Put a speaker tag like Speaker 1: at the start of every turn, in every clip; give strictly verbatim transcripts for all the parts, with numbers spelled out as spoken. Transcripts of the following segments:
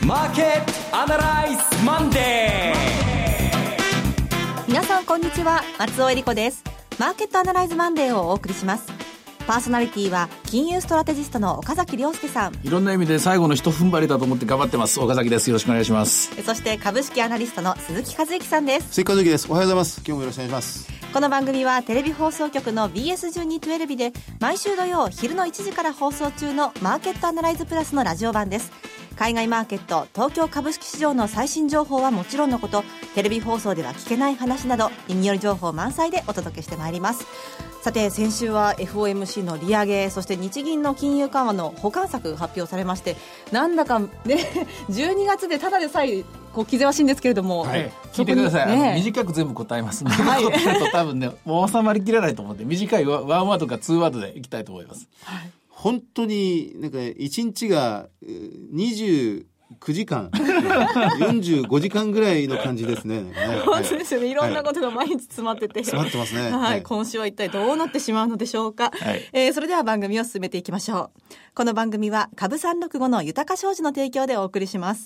Speaker 1: マーケットアナライズマンデ
Speaker 2: ー。皆さんこんにちは、松尾恵理子です。マーケットアナライズマンデーをお送りします。パーソナリティは金融ストラテジストの岡崎亮介さん。
Speaker 3: いろんな意味で最後の一踏ん張りだと思って頑張ってます。岡崎です。よろしくお願いします。
Speaker 2: そして株式アナリストの鈴木和之さんです。
Speaker 4: 鈴木和之です。おはようございます。今日もよろしくお願いします。
Speaker 2: この番組はテレビ放送局の ビーエスじゅうにじゅうに で毎週土曜昼のいちじから放送中のマーケットアナライズプラスのラジオ版です。海外マーケット、東京株式市場の最新情報はもちろんのこと、テレビ放送では聞けない話など耳寄り情報満載でお届けしてまいります。さて、先週は エフオーエムシー の利上げ、そして日銀の金融緩和の補完策が発表されまして、なんだかねじゅうにがつでただでさえこう気ぜわしいんですけれども、
Speaker 3: はい、聞いてください、ね、短く全部答えますので、はい、答えると多分ねもう収まりきらないと思って、短いワンワードかツーワードでいきたいと思います。はい、
Speaker 4: 本当になんかいちにちがにじゅうくじかんよんじゅうごじかんぐらいの感じですね。
Speaker 2: 本当ですよね。いろんなことが毎日詰まってて、はい、
Speaker 4: 詰まってますね。
Speaker 2: はいはい、今週は一体どうなってしまうのでしょうか。はい、えー、それでは番組を進めていきましょう。この番組は株さんろくごの豊か商事の提供でお送りします。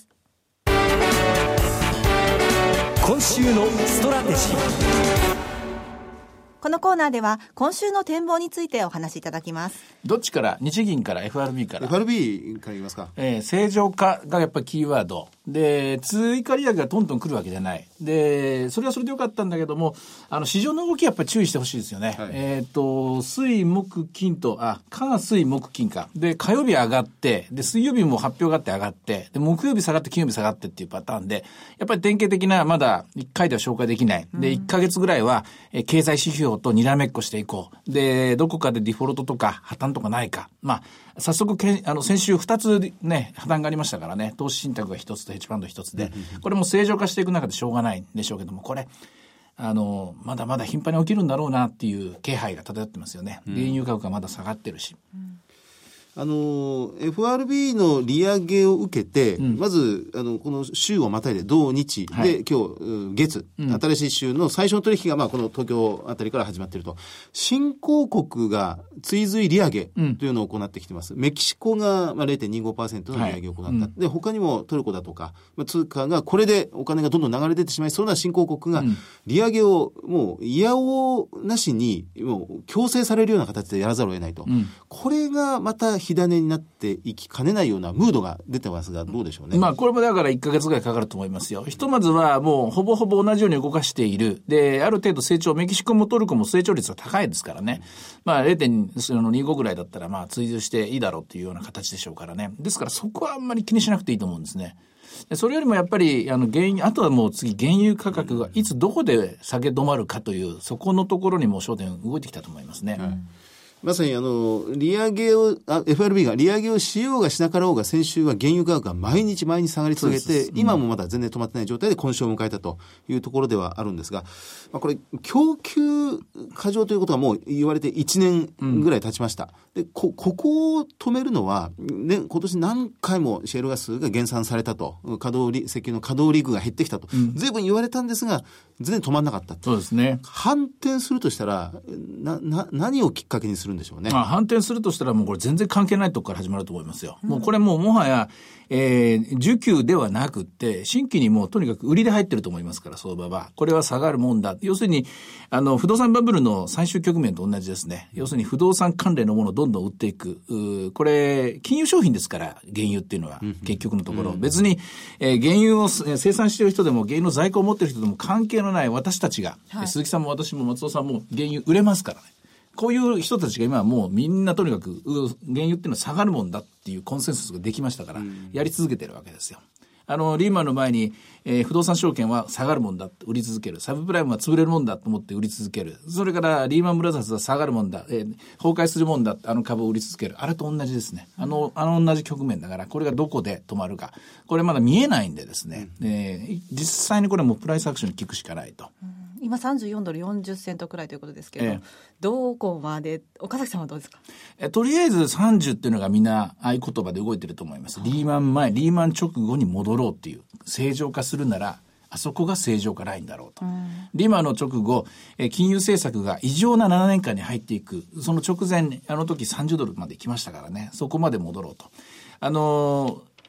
Speaker 1: 今週のストラテジー。
Speaker 2: このコーナーでは今週の展望についてお話しいただきます。
Speaker 3: どっちから？日銀から エフアールビー から
Speaker 4: エフアールビー から言いますか。
Speaker 3: えー、正常化がやっぱりキーワードで、追加利上げがトントン来るわけじゃないで、それはそれでよかったんだけども、あの市場の動きやっぱり注意してほしいですよね。はい、えっ、ー、と水木金とあ火水木金かで、火曜日上がってで水曜日も発表があって上がってで木曜日下がって金曜日下がってっていうパターンで、やっぱり典型的なまだいっかいでは紹介できないで、いっかげつぐらいは、えー、経済指標とにらめっこしていこうで、どこかでデフォルトとか破綻とかないか、まあ早速けあの先週ふたつね破綻がありましたからね、投資信託がひとつとヘッジファンドひとつで、これも正常化していく中でしょうがないんでしょうけども、これあのまだまだ頻繁に起きるんだろうなっていう気配が漂ってますよね。原油価格がまだ下がってるし、うん、
Speaker 4: あの エフアールビー の利上げを受けて、うん、まずあのこの週をまたいで土日で、はい、今日月、うん、新しい週の最初の取引が、まあ、この東京あたりから始まっていると。新興国が追随利上げというのを行ってきてます、うん、メキシコが ゼロてんにごパーセント の利上げを行った、はい、うん、で他にもトルコだとか通貨がこれでお金がどんどん流れ出てしまいそうな新興国が利上げをもういやおうなしにもう強制されるような形でやらざるを得ないと、うん、これがまた火種になっていきかねないようなムードが出てますが、どうでしょうね。
Speaker 3: まあこれもだからいっかげつぐらいかかると思いますよ。ひとまずはもうほぼほぼ同じように動かしている。で、ある程度成長、メキシコもトルコも成長率が高いですからね。まあ ゼロてんにご ぐらいだったらまあ追随していいだろうというような形でしょうからね。ですからそこはあんまり気にしなくていいと思うんですね。それよりもやっぱりあの原油、あとはもう次原油価格がいつどこで下げ止まるかという、そこのところにも焦点動いてきたと思いますね。うん、
Speaker 4: まさにあの利上げをあ エフアールビー が利上げをしようがしなかろうが、先週は原油価格が毎日毎日下がり続けて、うん、今もまだ全然止まってない状態で今週を迎えたというところではあるんですが、まあ、これ供給過剰ということはもう言われていちねんぐらい経ちました。うん、で こ, ここを止めるのは、ね、今年何回もシェールガスが減産されたと、稼働石油の稼働リグが減ってきたと、うん、随分言われたんですが全然止まらなかった。
Speaker 3: そうですね。
Speaker 4: 反転するとしたらなな何をきっかけにするんでしょうね。
Speaker 3: まあ、反転するとしたらもうこれ全然関係ないところから始まると思いますよ。うん、もうこれもうもはや、えー、需給ではなくって新規にもうとにかく売りで入ってると思いますから、相場はこれは下がるもんだ。要するにあの不動産バブルの最終局面と同じですね。要するに不動産関連のものをどんどん売っていく。これ金融商品ですから、原油っていうのは、うん、結局のところ、うん、別に、えー、原油を生産している人でも原油の在庫を持っている人でも関係のない私たちが、はい、鈴木さんも私も松尾さんも原油売れますからね。こういう人たちが今はもうみんなとにかく原油っていうのは下がるもんだっていうコンセンサスができましたから、やり続けてるわけですよ。あのリーマンの前に、えー、不動産証券は下がるもんだって売り続ける、サブプライムは潰れるもんだと思って売り続ける、それからリーマンブラザーズは下がるもんだ、えー、崩壊するもんだってあの株を売り続ける、あれと同じですね。あのあの同じ局面だから、これがどこで止まるかこれまだ見えないんでですね、えー、実際にこれはもうプライスアクションに効くしかないと。うん、
Speaker 2: 今さんじゅうよんドルよんじゅっセントくらいということですけど、ええ、どこまで、岡崎さんはどうですか？
Speaker 3: えとりあえずさんじゅうっていうのがみんな合言葉で動いてると思います。リーマン前、リーマン直後に戻ろうっていう、正常化するならあそこが正常化ラインだろうと。うん、リーマンの直後、え金融政策が異常なななねんかんに入っていく、その直前あの時さんじゅうドルまで来ましたからね、そこまで戻ろうと。あのー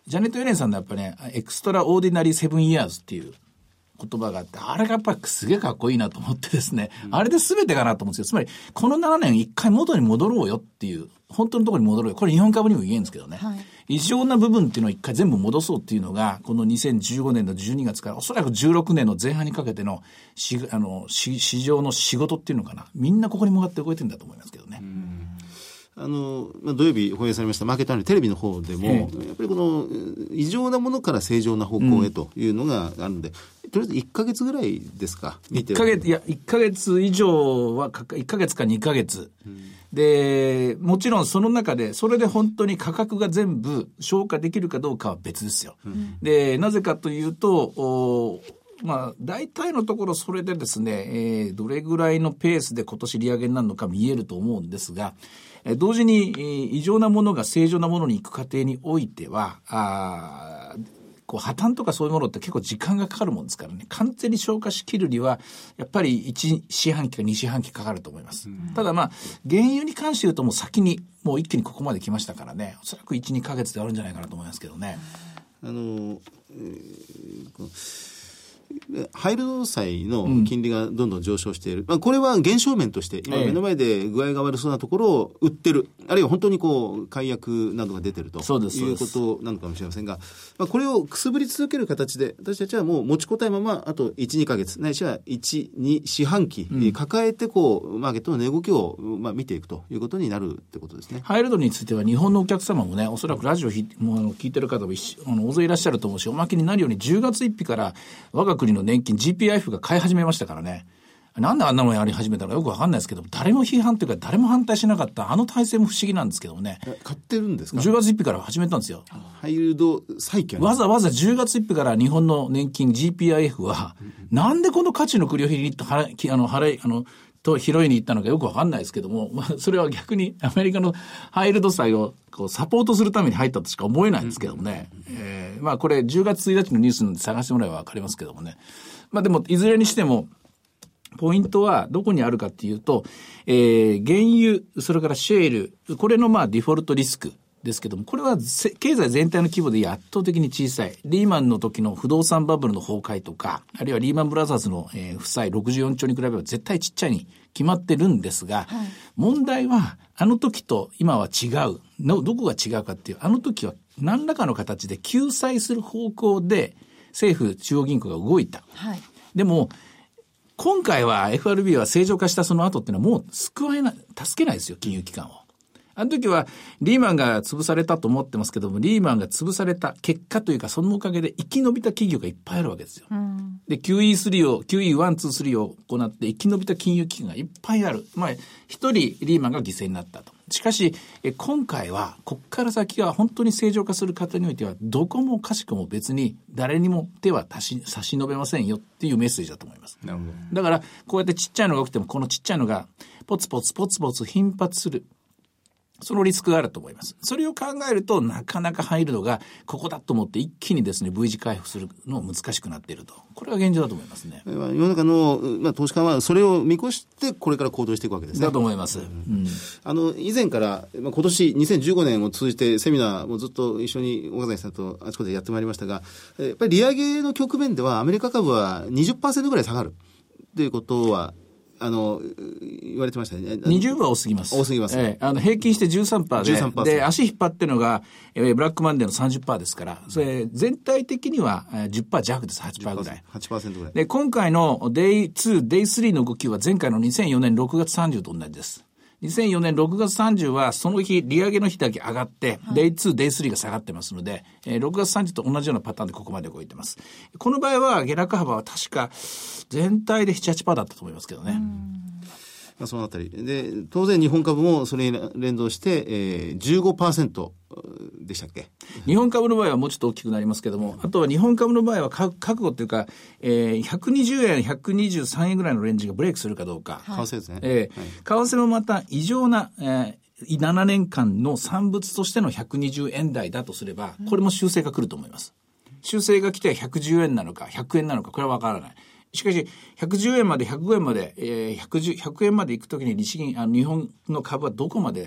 Speaker 3: ジャネット・イエレンさんのやっぱね、エクストラオーディナリーセブンイヤーズっていう言葉があって、あれがやっぱりすげえかっこいいなと思ってですね、うん、あれで全てかなと思うんですよ。つまり、このななねん一回元に戻ろうよっていう、本当のところに戻ろうよ。これ日本株にも言えるんですけどね。はい、異常な部分っていうのを一回全部戻そうっていうのが、このにせんじゅうごねんのじゅうにがつからおそらくじゅうろくねんの前半にかけてのしあのし市場の仕事っていうのかな。みんなここに向かって動いてるんだと思いますけどね。うん
Speaker 4: あの、まあ、土曜日放映されましたマーケットアナリテレビの方でも、やっぱりこの異常なものから正常な方向へというのがあるので、うん、とりあえずいっかげつぐらいですか。
Speaker 3: いっかげつ、いや、いっかげつ以上はか、いっかげつかにかげつ。うん、で、もちろんその中で、それで本当に価格が全部消化できるかどうかは別ですよ。うん、で、なぜかというと、まあ、大体のところそれでですね、えー、どれぐらいのペースで今年利上げになるのか見えると思うんですが、えー、同時に、えー、異常なものが正常なものに行く過程においては、あこう破綻とかそういうものって結構時間がかかるもんですからね、完全に消化しきるにはやっぱりいち四半期かに四半期かかると思います。うん、ただまあ原油に関して言うともう先にもう一気にここまで来ましたからね、おそらくいち、にかげつであるんじゃないかなと思いますけどね。
Speaker 4: あの、えーハイルド債の金利がどんどん上昇している、うんまあ、これは現象面として今目の前で具合が悪そうなところを売ってる、ええ、あるいは本当にこう解約などが出てるということなのかもしれませんが、まあ、これをくすぶり続ける形で私たちはもう持ちこたえままあといち、にかげつないしはいち、に四半期、うん、抱えてこうマーケットの値動きを、まあ、見ていくということになるってことですね。
Speaker 3: ハイルドについては日本のお客様もね、おそらくラジオひもうあの聞いてる方もあの大勢いらっしゃると思うし、おまけになるようにじゅうがつついたちから我が国の年金 ジーピーアイエフ が買い始めましたからね。なんであんなのやり始めたのかよくわかんないですけど、誰も批判というか誰も反対しなかったあの体制も不思議なんですけどね。
Speaker 4: 買ってるんですか？
Speaker 3: じゅうがつついたちから始めたんですよ。
Speaker 4: ハイルド債券
Speaker 3: わざわざじゅうがつついたちから日本の年金 ジーピーアイエフ は、うん、なんでこの価値の繰り上げに払いあの払いあのと拾いに行ったのかよくわかんないですけども、まあ、それは逆にアメリカのハイルド債をこうサポートするために入ったとしか思えないんですけどもね。うんえー、まあこれじゅうがつついたちのニュースで探してもらえばわかりますけどもね。まあでもいずれにしてもポイントはどこにあるかっていうと、えー、原油それからシェールこれのまあデフォルトリスクですけども、これは経済全体の規模で圧倒的に小さい。リーマンの時の不動産バブルの崩壊とか、あるいはリーマンブラザーズの、えー、負債ろくじゅうよんちょうに比べれば絶対ちっちゃいに決まってるんですが、はい、問題はあの時と今は違うの。どこが違うかっていう、あの時は何らかの形で救済する方向で政府中央銀行が動いた。はい、でも今回は エフアールビー は正常化したその後っていうのはもう救えない、助けないですよ、金融機関を。あの時はリーマンが潰されたと思ってますけども、リーマンが潰された結果というかそのおかげで生き延びた企業がいっぱいあるわけですよ。うん、で キューイースリー を キューイーワン、ツー、スリー を行って生き延びた金融機関がいっぱいある。まあ一人リーマンが犠牲になったと。しかしえ今回はこっから先は本当に正常化する方においてはどこもかしくも別に誰にも手は差し差し伸べませんよっていうメッセージだと思います。なるほど。だからこうやってちっちゃいのが起きてもこのちっちゃいのがポツポツポツポツ頻発する。そのリスクがあると思います。それを考えるとなかなか入るのがここだと思って一気にですね V 字回復するの難しくなっていると。これが現状だと思いますね。
Speaker 4: 世の中の、まあ、投資家はそれを見越してこれから行動していくわけですね。
Speaker 3: だと思います。うん、
Speaker 4: あの以前から、まあ、今年にせんじゅうごねんを通じてセミナーもずっと一緒に岡崎さんとあちこちでやってまいりましたが、やっぱり利上げの局面ではアメリカ株は にじゅっパーセント ぐらい下がるということはあの言われてましたね。
Speaker 3: にじゅうは多すぎます。
Speaker 4: 多すぎます、
Speaker 3: えー、あの平均して じゅうさんパーセント で、じゅうさんパーセント で足引っ張ってるのが、えー、ブラックマンデーの さんじゅっパーセント ですから、それ全体的には じゅっパーセント 弱です。はちパーセント ぐらい。
Speaker 4: はちパーセント ぐらい。
Speaker 3: で今回の デイツー、デイスリー の動きは前回のにせんよねんろくがつさんじゅうと同じです。にせんよねんろくがつさんじゅうはその日利上げの日だけ上がって、はい、デイツー、デイスリー が下がってますので、えー、ろくがつさんじゅうと同じようなパターンでここまで動いてます。この場合は下落幅は確か全体で なな、はちパーセント だったと思いますけどね。
Speaker 4: まあ、そのあたりで当然日本株もそれに連動して、えー、じゅうごパーセント でしたっけ。
Speaker 3: 日本株の場合はもうちょっと大きくなりますけども、あとは日本株の場合は覚悟というか、えー、ひゃくにじゅうえんひゃくにじゅうさんえんぐらいのレンジがブレイクするかどうか、
Speaker 4: はい、為替ですね、
Speaker 3: えーはい、為替もまた異常な、えー、ななねんかんの産物としてのひゃくにじゅうえん台だとすればこれも修正が来ると思います。修正が来てひゃくじゅうえんなのかひゃくえんなのかこれは分からない。しかしひゃくじゅうえんまでひゃくごえんまで、えー、ひゃくじゅう、ひゃくえんまで行くときに日銀あの日本の株はどこまで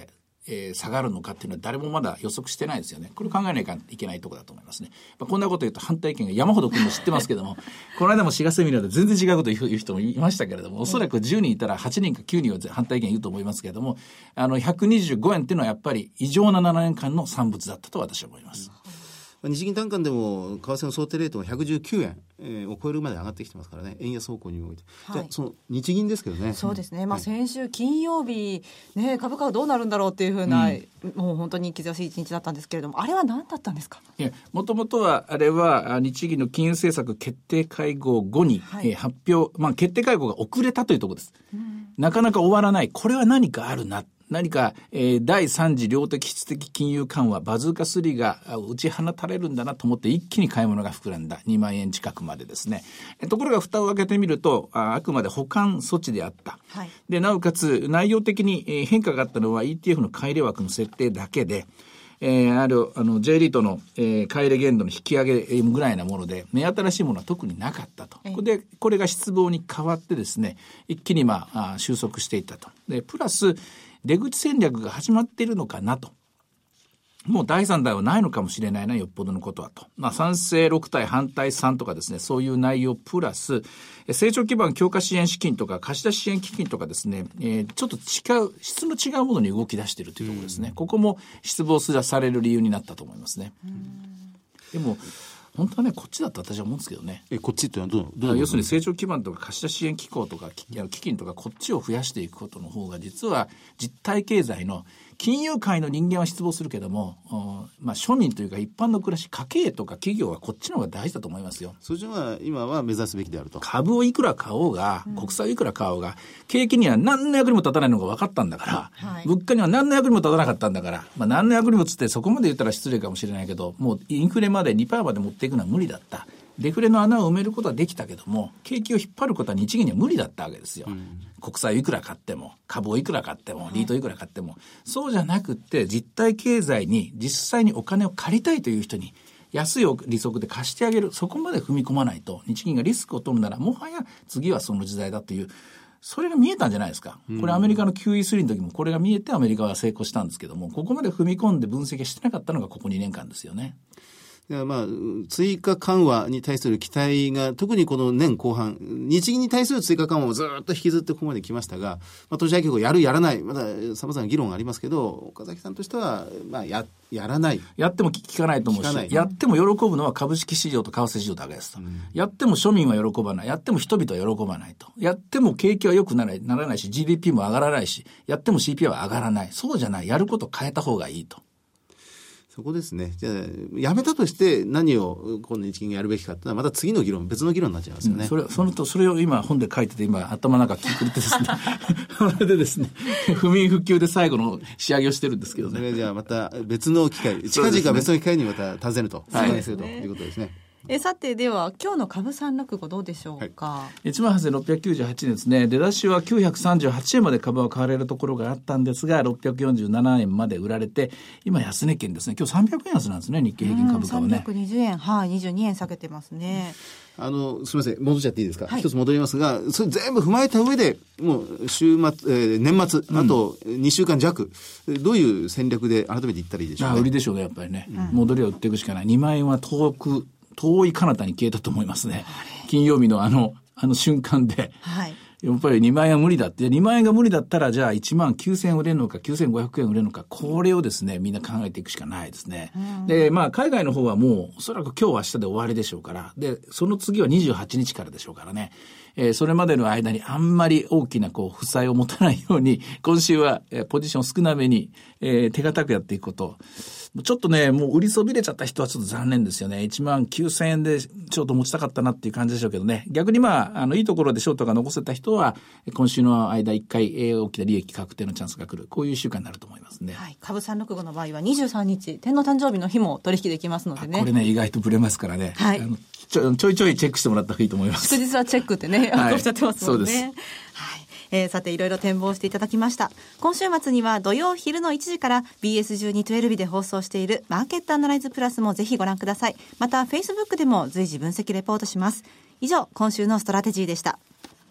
Speaker 3: えー、下がるのかっていうのは誰もまだ予測してないですよね。これ考えないといけないところだと思いますね。まあ、こんなこと言うと反対意見が山ほど来るの知ってますけどもこの間もしがセミナーで全然違うこと言う人もいましたけれども、おそらくじゅうにんいたらはちにんかきゅうにんは反対意見言うと思いますけれども、あのひゃくにじゅうごえんっていうのはやっぱり異常ななねんかんの産物だったと私は思います。
Speaker 4: 日銀短観でも為替の想定レートがひゃくじゅうきゅうえん、えー、を超えるまで上がってきてますからね、円安方向に動いて、はい、じゃあその日銀ですけどね。
Speaker 2: そうですね、まあ、先週金曜日、ね、株価はどうなるんだろうっていうふうな、うん、もう本当に気ぜわしい一日だったんですけれども、あれは何だったんですか。
Speaker 3: いや、もともとはあれは日銀の金融政策決定会合後に、はい、えー、発表、まあ、決定会合が遅れたというところです、うん、なかなか終わらない。これは何かあるな、何か、えー、第三次量的質的金融緩和バズーカスリーが打ち放たれるんだなと思って一気に買い物が膨らんだ。にまんえん近くまでですね。えところが蓋を開けてみると あ, あくまで補完措置であった、はい、でなおかつ内容的に、えー、変化があったのは イーティーエフ の買い入れ枠の設定だけで、えー、あるあの J リートの、えー、買い入れ限度の引き上げぐらいなもので、目新しいものは特になかったと。でこれが失望に変わってですね、一気に、まあ、あ収束していったと。でプラス出口戦略が始まっているのかなと。もうだいさんだいはないのかもしれないな、よっぽどのことはと。まあ、賛成ろくたい反対さんとかですね、そういう内容プラス成長基盤強化支援資金とか貸し出し支援基金とかですね、えー、ちょっと違う質の違うものに動き出しているというところですね。ここも失望される理由になったと思いますね。でも本当はね、こっちだと私は思うんですけどね。
Speaker 4: えこっちってのはどうどう
Speaker 3: 要するに成長基盤とか貸し出し支援機構とか基金とかこっちを増やしていくことの方が、実は実体経済の金融界の人間は失望するけども、まあ、庶民というか一般の暮らし、家計とか企業はこっちの方が大事だと思いますよ。
Speaker 4: そっちの方が今は目指すべきであると。
Speaker 3: 株をいくら買おうが、国債をいくら買おうが、景気には何の役にも立たないのが分かったんだから、はい、物価には何の役にも立たなかったんだから、まあ、何の役にもつってそこまで言ったら失礼かもしれないけど、もうインフレまで にパーセント まで持っていくのは無理だった。デフレの穴を埋めることはできたけども、景気を引っ張ることは日銀には無理だったわけですよ、うん、国債をいくら買っても株をいくら買ってもリートいくら買っても、はい、そうじゃなくって実体経済に実際にお金を借りたいという人に安い利息で貸してあげる、そこまで踏み込まないと日銀がリスクを取るならもはや次はその時代だという、それが見えたんじゃないですか。これアメリカの キューイースリー の時もこれが見えてアメリカは成功したんですけども、ここまで踏み込んで分析してなかったのがここにねんかんですよね。
Speaker 4: まあ、追加緩和に対する期待が特にこの年後半、日銀に対する追加緩和をずっと引きずってここまで来ましたが、まあ、年明け後やるやらない、まだ様々な議論がありますけど、岡崎さんとしては、まあ、ややらない、
Speaker 3: やっても聞かないと思うし、やっても喜ぶのは株式市場と為替市場だけですと、うん、やっても庶民は喜ばない、やっても人々は喜ばないと、やっても景気は良くならない、ならないし ジーディーピー も上がらないし、やっても シーピーアイ は上がらない。そうじゃない、やること変えた方がいいと。
Speaker 4: そこですね。じゃあやめたとして何をこの日銀がやるべきかっていうのはまた次の議論、別の議論になっちゃいますよね。
Speaker 3: うん、それそのとそれを今本で書いてて今頭の中聞いててですね。それでですね、不眠不休で最後の仕上げをしてるんですけどね。
Speaker 4: それじゃあまた別の機会、近々別の機会にまた尋ねると、説明するということですね。
Speaker 2: えさてでは今日の株三落語どうでしょうか。
Speaker 3: はい、いちまんはっせんろっぴゃくきゅうじゅうはちえんですね。出だしはきゅうひゃくさんじゅうはちえんまで株は買われるところがあったんですが、ろっぴゃくよんじゅうななえんまで売られて、今安値圏ですね。今日さんびゃくえん安なんですね、日経平均株価はね。
Speaker 2: さんびゃくにじゅうえん、はい、にじゅうにえん下げてますね。
Speaker 4: あのすみません、戻っちゃっていいですか。はい、一つ戻りますが、それ全部踏まえた上でもう週末、えー、年末あとにしゅうかん弱、うん、どういう戦略で改めていったらいいでしょうか、ね。
Speaker 3: あ、売りでしょうね、やっぱりね。うん、戻りは売っていくしかない。にまんえんは遠く遠い彼方に消えたと思いますね。金曜日のあのあの瞬間で、はい、やっぱりにまんえんは無理だって、にまんえんが無理だったらじゃあいちまんきゅうせんえん売れるのかきゅうせんごひゃくえん売れるのか、これをですねみんな考えていくしかないですね。で、まあ海外の方はもうおそらく今日明日で終わりでしょうから、でその次はにじゅうはちにちからでしょうからね。えー、それまでの間にあんまり大きなこう負債を持たないように今週は、えー、ポジション少なめに、えー、手堅くやっていくこと。ちょっとね、もう売りそびれちゃった人はちょっと残念ですよね。いちまんきゅうせんえんでちょっと持ちたかったなっていう感じでしょうけどね。逆にまあ、あの、いいところでショートが残せた人は、今週の間一回、えー、大きな利益確定のチャンスが来る。こういう週間になると思いますね。
Speaker 2: はい。株さんろくごの場合はにじゅうさんにち、天皇誕生日の日も取引できますのでね。
Speaker 3: これね、意外とブレますからね。はい。あのちょ、ちょいちょいチェックしてもらった方がいいと思います。
Speaker 2: 祝日はチェックってね、はい、おっしゃってますもんね。
Speaker 3: そうです。
Speaker 2: はい。えー、さていろいろ展望していただきました。今週末には土曜昼のいちじから ビーエスじゅうに じゅうに で放送しているマーケットアナライズプラスもぜひご覧ください。また Facebook でも随時分析レポートします。以上、今週のストラテジーでした。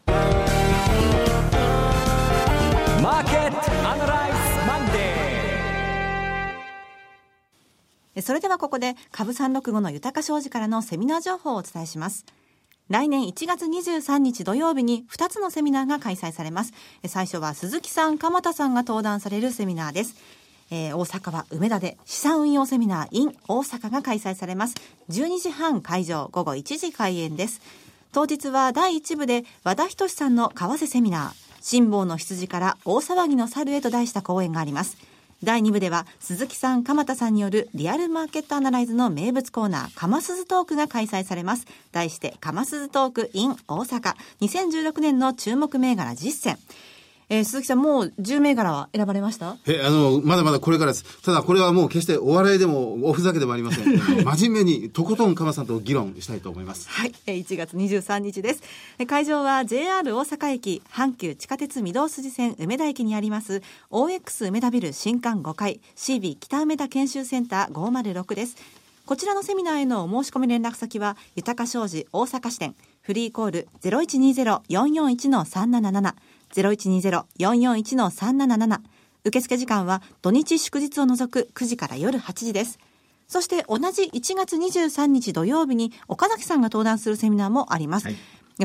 Speaker 1: マーケットアナライズマンデー。
Speaker 2: それではここで株さんろくごの豊か商事からのセミナー情報をお伝えします。来年いちがつにじゅうさんにち土曜日にふたつのセミナーが開催されます。最初は鈴木さん、鎌田さんが登壇されるセミナーです。えー、大阪は梅田で資産運用セミナー in 大阪が開催されます。じゅうにじはん会場、午後いちじ開演です。当日はだいいち部で和田仁さんの為替セミナー、辛抱の羊から大騒ぎの猿へと題した講演があります。だいに部では鈴木さん、鎌田さんによるリアルマーケットアナライズの名物コーナー、かますずトークが開催されます。題してかますずトーク in 大阪、にせんじゅうろくねんの注目銘柄実践。えー、鈴木さん、もうじゅう銘柄は選ばれました？
Speaker 4: え、あの、まだまだこれからです。ただこれはもう決してお笑いでもおふざけでもありません。真面目にとことん鎌さんと議論したいと思います。
Speaker 2: はい、いちがつにじゅうさんにちです。会場は ジェイアール 大阪駅、阪急地下鉄御堂筋線梅田駅にあります オーエックス 梅田ビル新館ごかい シービー 北梅田研修センターごまるろくです。こちらのセミナーへのお申し込み連絡先は豊か商事大阪支店、フリーコール ゼロいちにゼロ よんよんいち さんなななな ゼロいちにゼロ よんよんいち さんなななな。受付時間は土日祝日を除くくじから夜はちじです。そして同じいちがつにじゅうさんにち土曜日に岡崎さんが登壇するセミナーもあります。はい、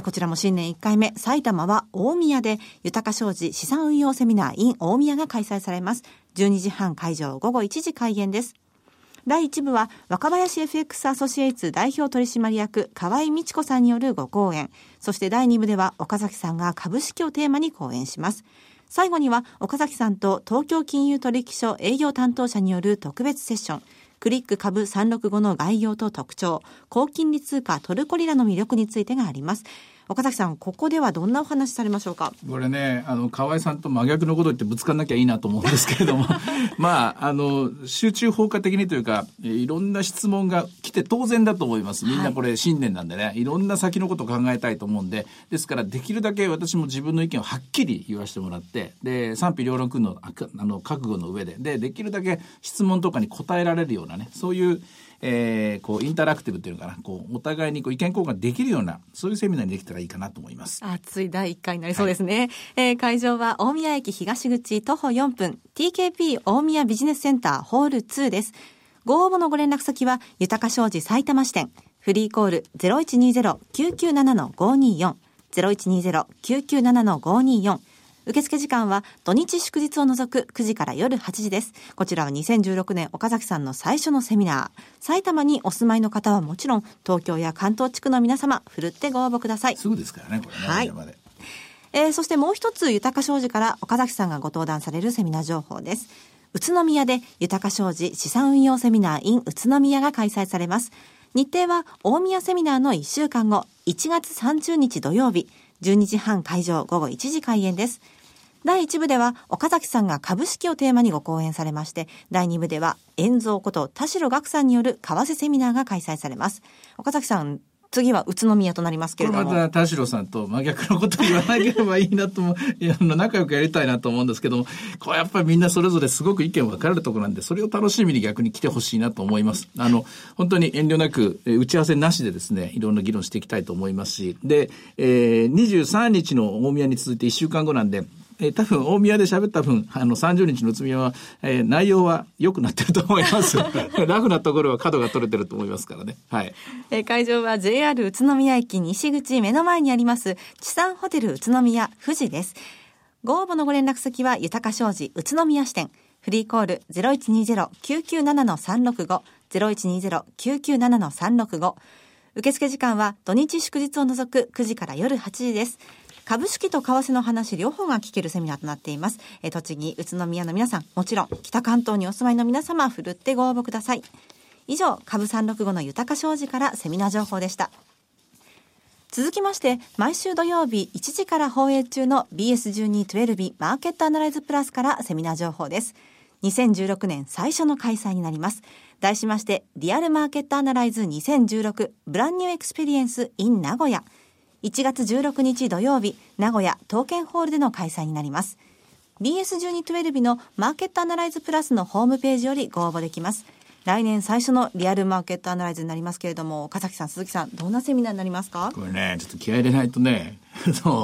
Speaker 2: こちらも新年いっかいめ、埼玉は大宮で豊か商事資産運用セミナー in 大宮が開催されます。じゅうにじはん会場、午後いちじ開演です。だいいち部は若林 エフエックス アソシエイツ代表取締役河合美智子さんによるご講演、そしてだいに部では岡崎さんが株式をテーマに講演します。最後には岡崎さんと東京金融取引所営業担当者による特別セッション、クリック株さんろくごの概要と特徴、高金利通貨トルコリラの魅力についてがあります。岡崎さん、ここではどんなお話されましょうか？
Speaker 3: これね、あの河合さんと真逆のこと言ってぶつかんなきゃいいなと思うんですけれどもまああの集中放火的にというか、いろんな質問が来て当然だと思います。みんなこれ新年なんでね、はい、いろんな先のことを考えたいと思うんで、ですからできるだけ私も自分の意見をはっきり言わせてもらって、で賛否両論のあの覚悟の上で、でできるだけ質問とかに答えられるようなね、そういうえー、こうインタラクティブっていうのかな、こうお互いにこう意見交換できるような、そういうセミナーにできたらいいかなと思います。
Speaker 2: 熱いだいいっかいになりそうですね。はい、えー、会場は大宮駅東口徒歩よんぷん ティーケーピー 大宮ビジネスセンターホールにです。ご応募のご連絡先は豊か商事埼玉支店、フリーコール ゼロいちにゼロ きゅうきゅうなな ごにーよん ゼロいちにゼロ きゅうきゅうなな ごにーよん。受付時間は土日祝日を除くくじから夜はちじです。こちらはにせんじゅうろくねん岡崎さんの最初のセミナー。埼玉にお住まいの方はもちろん、東京や関東地区の皆様、ふるってご応募ください。
Speaker 3: すぐですからね、これね。
Speaker 2: はい。えー、そしてもう一つ、豊か商事から岡崎さんがご登壇されるセミナー情報です。宇都宮で豊か商事資産運用セミナー in 宇都宮が開催されます。日程は大宮セミナーのいっしゅうかんご、いちがつさんじゅうにち土曜日、じゅうにじはん会場、午後いちじ開演です。だいいち部では岡崎さんが株式をテーマにご講演されまして、だいに部では遠蔵こと田代岳さんによる為替セミナーが開催されます。岡崎さん、次は宇都宮となりますけれども、
Speaker 3: これまた田代さんと真逆のこと言わなければいいなと思ういや仲良くやりたいなと思うんですけども、これやっぱりみんなそれぞれすごく意見分かれるところなんで、それを楽しみに逆に来てほしいなと思います。あの本当に遠慮なく打ち合わせなしでですね、いろんな議論していきたいと思いますし、で、えー、にじゅうさんにちの大宮に続いていっしゅうかんごなんで、えー、多分大宮で喋った分、あのさんじゅうにちの宇都宮は、えー、内容は良くなってると思いますラフなところは角が取れてると思いますからね。はい。
Speaker 2: えー、会場は ジェイアール 宇都宮駅西口目の前にあります地産ホテル宇都宮富士です。ご応募のご連絡先は豊か商事宇都宮支店、フリーコール ゼロいちにゼロ きゅうきゅうなな さんろくご ゼロいちにゼロ きゅうきゅうなな さんろくご。受付時間は土日祝日を除くくじから夜はちじです。株式と為替の話両方が聞けるセミナーとなっています。え栃木、宇都宮の皆さん、もちろん北関東にお住まいの皆様、ふるってご応募ください。以上、株さんろくごの豊か商事からセミナー情報でした。続きまして、毎週土曜日いちじから放映中の ビーエスじゅうにじゅうに マーケットアナライズプラスからセミナー情報です。にせんじゅうろくねん最初の開催になります。題しまして、リアルマーケットアナライズにせんじゅうろくブランニューエクスペリエンス in 名古屋。いちがつじゅうろくにち土曜日、名古屋東建ホールでの開催になります。ビーエスじゅうにじゅうに のマーケットアナライズプラスのホームページよりご応募できます。来年最初のリアルマーケットアナライズになりますけれども、岡崎さん、鈴木さん、どんなセミナーになりますか？
Speaker 3: これね、ちょっと気合い入れないとね、そう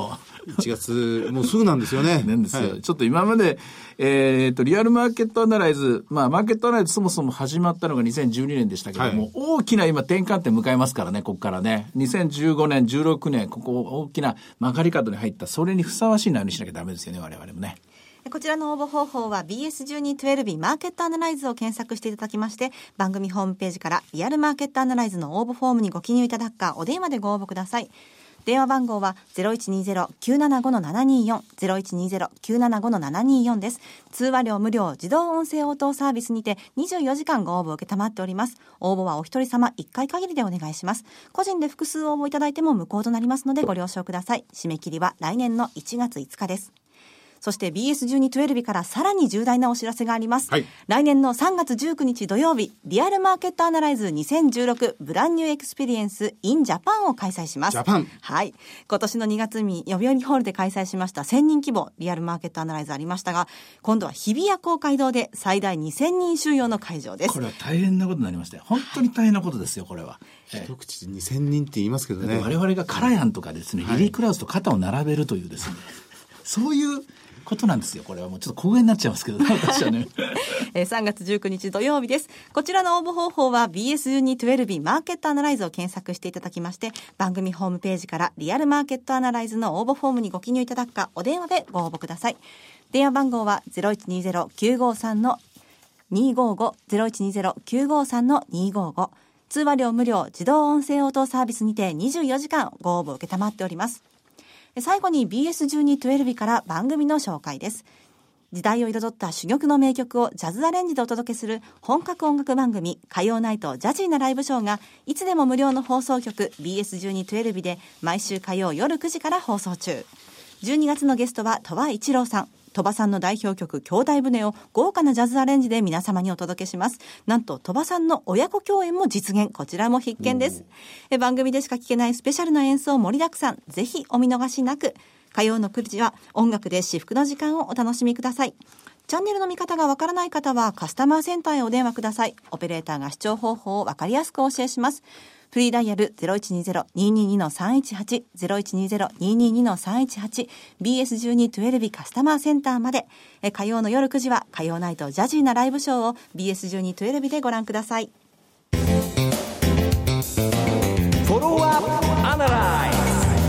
Speaker 4: いちがつもうすぐなんですよね。
Speaker 3: なんですよ、
Speaker 4: はい、
Speaker 3: ちょっと今まで、えー、とリアルマーケットアナライズ、まあ、マーケットアナライズそもそも始まったのがにせんじゅうにねんでしたけども、はい、大きな今転換点迎えますからね。ここからねにせんじゅうごねんじゅうろくねんここ大きな曲がり角に入った、それにふさわしい内容にしなきゃダメですよね、我々もね。
Speaker 2: こちらの応募方法は ビーエスじゅうにじゅうに マーケットアナライズを検索していただきまして、番組ホームページからリアルマーケットアナライズの応募フォームにご記入いただくか、お電話でご応募ください。電話番号は ゼロいちにゼロ きゅうななご ななにーよん ゼロいちにゼロ きゅうななご ななにーよん です。通話料無料自動音声応答サービスにてにじゅうよじかんご応募を受けたまっております。応募はお一人様いっかい限りでお願いします。個人で複数応募いただいても無効となりますのでご了承ください。締め切りは来年のいちがついつかです。そして ビーエスじゅうにじゅうに からさらに重大なお知らせがあります、はい、来年のさんがつじゅうくにち土曜日、リアルマーケットアナライズにせんじゅうろくブランニューエクスペリエンス in ジャパンを開催します。
Speaker 4: ジャパン、
Speaker 2: はい、今年のにがつに代々木ホールで開催しましたせんにん規模リアルマーケットアナライズありましたが、今度は日比谷公会堂で最大にせんにん収容の会場です。
Speaker 3: これは大変なことになりましたよ。本当に大変なことですよ、これは。
Speaker 4: 一口でにせんにんって言いますけどね。
Speaker 3: 我々がカラヤンとかですね、リリー・クラウスと肩を並べるというですね、はい、そういうことなんですよ。これはもうちょっと公園になっちゃいますけどね、私はね
Speaker 2: さんがつじゅうくにち土曜日です。こちらの応募方法は ビーエスじゅうにじゅうに マーケットアナライズを検索していただきまして、番組ホームページからリアルマーケットアナライズの応募フォームにご記入いただくか、お電話でご応募ください。電話番号は ゼロいちにゼロ きゅうごさん にーごーご ゼロいちにゼロ きゅうごさん にーごーご、通話料無料自動音声応答サービスにてにじゅうよじかんご応募を受けたまっております。最後に ビーエスじゅうにじゅうに から番組の紹介です。時代を彩った珠玉の名曲をジャズアレンジでお届けする本格音楽番組歌謡ナイトジャジーなライブショーがいつでも無料の放送局 ビーエスじゅうにじゅうに で毎週火曜夜くじから放送中。じゅうにがつのゲストは鳥羽一郎さん。鳥羽さんの代表曲兄弟船を豪華なジャズアレンジで皆様にお届けします。なんと鳥羽さんの親子共演も実現、こちらも必見です。え番組でしか聴けないスペシャルな演奏盛りだくさん、ぜひお見逃しなく。火曜のくじは音楽で至福の時間をお楽しみください。チャンネルの見方がわからない方はカスタマーセンターへお電話ください。オペレーターが視聴方法をわかりやすくお教えします。フリーダイヤル ゼロいちにゼロ にーにーにー さんいちはち ゼロいちにゼロ にーにーにー さんいちはち ビーエスじゅうにじゅうに カスタマーセンターまで。え火曜の夜くじは火曜ナイトジャジーなライブショーを ビーエスじゅうにじゅうに でご覧ください。
Speaker 1: フォローアップアナライズ。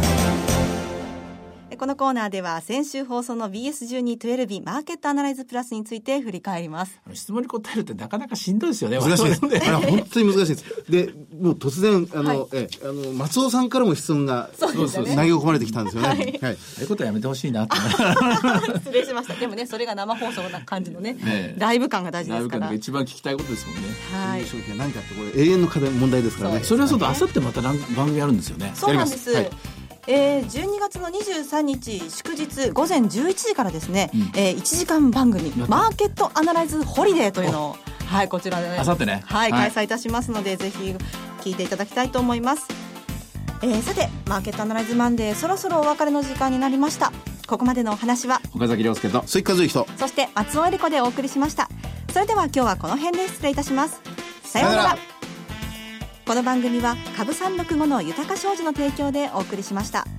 Speaker 2: このコーナーでは先週放送の ビーエスじゅうにじゅうに マーケットアナライズプラスについて振り返ります。
Speaker 3: 質問に答えるってなかなかしんどいですよね。
Speaker 4: 難しいです。あれ本当に難しいです。で、もう突然あの、はい、えあの松尾さんからも質問がそうですね、投げ込まれてきたんですよね。はい。はい、ああいうことはやめてほしいなって。
Speaker 2: 失礼しました。でもね、それが生放送な感じのね、ねライブ感が大事ですから。
Speaker 3: ライブ感が一番聞きたいことですもんね。
Speaker 2: はい。
Speaker 4: 商品は何かってこれ永遠の課題問題ですからね。
Speaker 3: それはそうと、あさってまた番組あるんですよね。
Speaker 2: そうなんです。えー、じゅうにがつのにじゅうさんにち祝日ごぜんじゅういちじからですね、うんえー、いちじかん番組マーケットアナライズホリデーというのを、はい、こちらで、ね、
Speaker 3: あさってね、
Speaker 2: はい、開催いたしますので、ぜひ聞いていただきたいと思います。えー、さてマーケットアナライズマンデー、そろそろお別れの時間になりました。ここまでのお話は
Speaker 3: 岡崎亮介と
Speaker 4: 鈴木和之と、
Speaker 2: そして松尾恵理子でお送りしました。それでは今日はこの辺で失礼いたします。さようなら。この番組は株さんろくごの豊か商事の提供でお送りしました。